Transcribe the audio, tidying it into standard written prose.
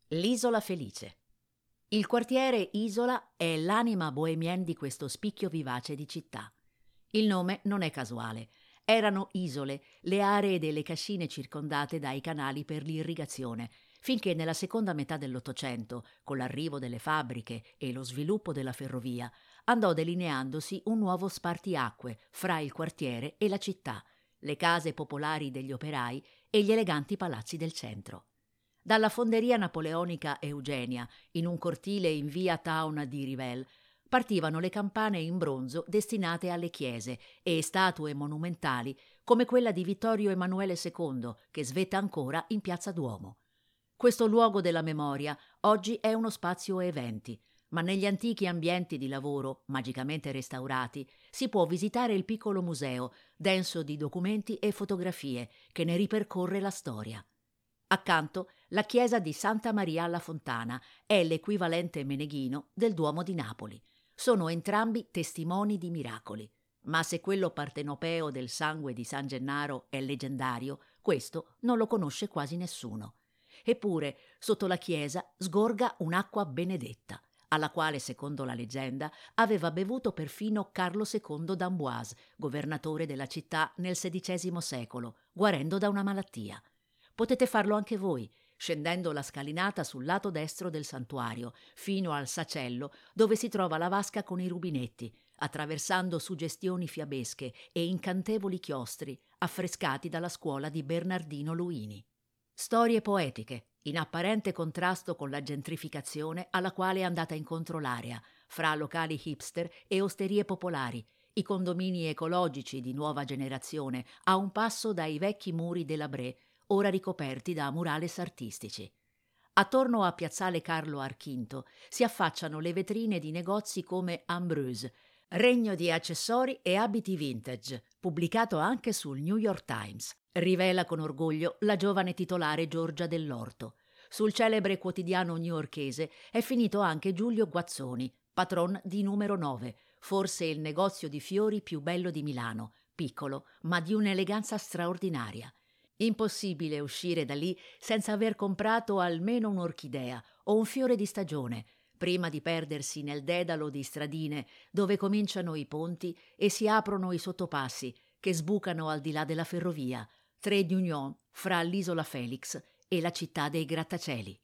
L'Isola Felice. Il quartiere Isola è l'anima bohemienne di questo spicchio vivace di città. Il nome non è casuale. Erano isole, le aree delle cascine circondate dai canali per l'irrigazione, finché nella seconda metà dell'Ottocento, con l'arrivo delle fabbriche e lo sviluppo della ferrovia, andò delineandosi un nuovo spartiacque fra il quartiere e la città, le case popolari degli operai e gli eleganti palazzi del centro. Dalla fonderia napoleonica Eugenia, in un cortile in via Town di Rivelle, partivano le campane in bronzo destinate alle chiese e statue monumentali come quella di Vittorio Emanuele II, che svetta ancora in piazza Duomo. Questo luogo della memoria oggi è uno spazio eventi, ma negli antichi ambienti di lavoro, magicamente restaurati, si può visitare il piccolo museo, denso di documenti e fotografie, che ne ripercorre la storia. Accanto, la chiesa di Santa Maria alla Fontana è l'equivalente meneghino del Duomo di Napoli. Sono entrambi testimoni di miracoli. Ma se quello partenopeo del sangue di San Gennaro è leggendario, questo non lo conosce quasi nessuno. Eppure, sotto la chiesa sgorga un'acqua benedetta, alla quale, secondo la leggenda, aveva bevuto perfino Carlo II d'Amboise, governatore della città nel XVI secolo, guarendo da una malattia. Potete farlo anche voi, scendendo la scalinata sul lato destro del santuario, fino al sacello dove si trova la vasca con i rubinetti, attraversando suggestioni fiabesche e incantevoli chiostri affrescati dalla scuola di Bernardino Luini. Storie poetiche, in apparente contrasto con la gentrificazione alla quale è andata incontro l'area, fra locali hipster e osterie popolari, i condomini ecologici di nuova generazione, a un passo dai vecchi muri della Bre, ora ricoperti da murales artistici. Attorno a Piazzale Carlo Archinto si affacciano le vetrine di negozi come Ambreuse, regno di accessori e abiti vintage, pubblicato anche sul New York Times. Rivela con orgoglio la giovane titolare Giorgia Dell'Orto. Sul celebre quotidiano newyorkese è finito anche Giulio Guazzoni, patron di Numero 9, forse il negozio di fiori più bello di Milano, piccolo ma di un'eleganza straordinaria. Impossibile uscire da lì senza aver comprato almeno un'orchidea o un fiore di stagione, prima di perdersi nel dedalo di stradine dove cominciano i ponti e si aprono i sottopassi che sbucano al di là della ferrovia, trait d'union fra l'isola Felix e la città dei grattacieli.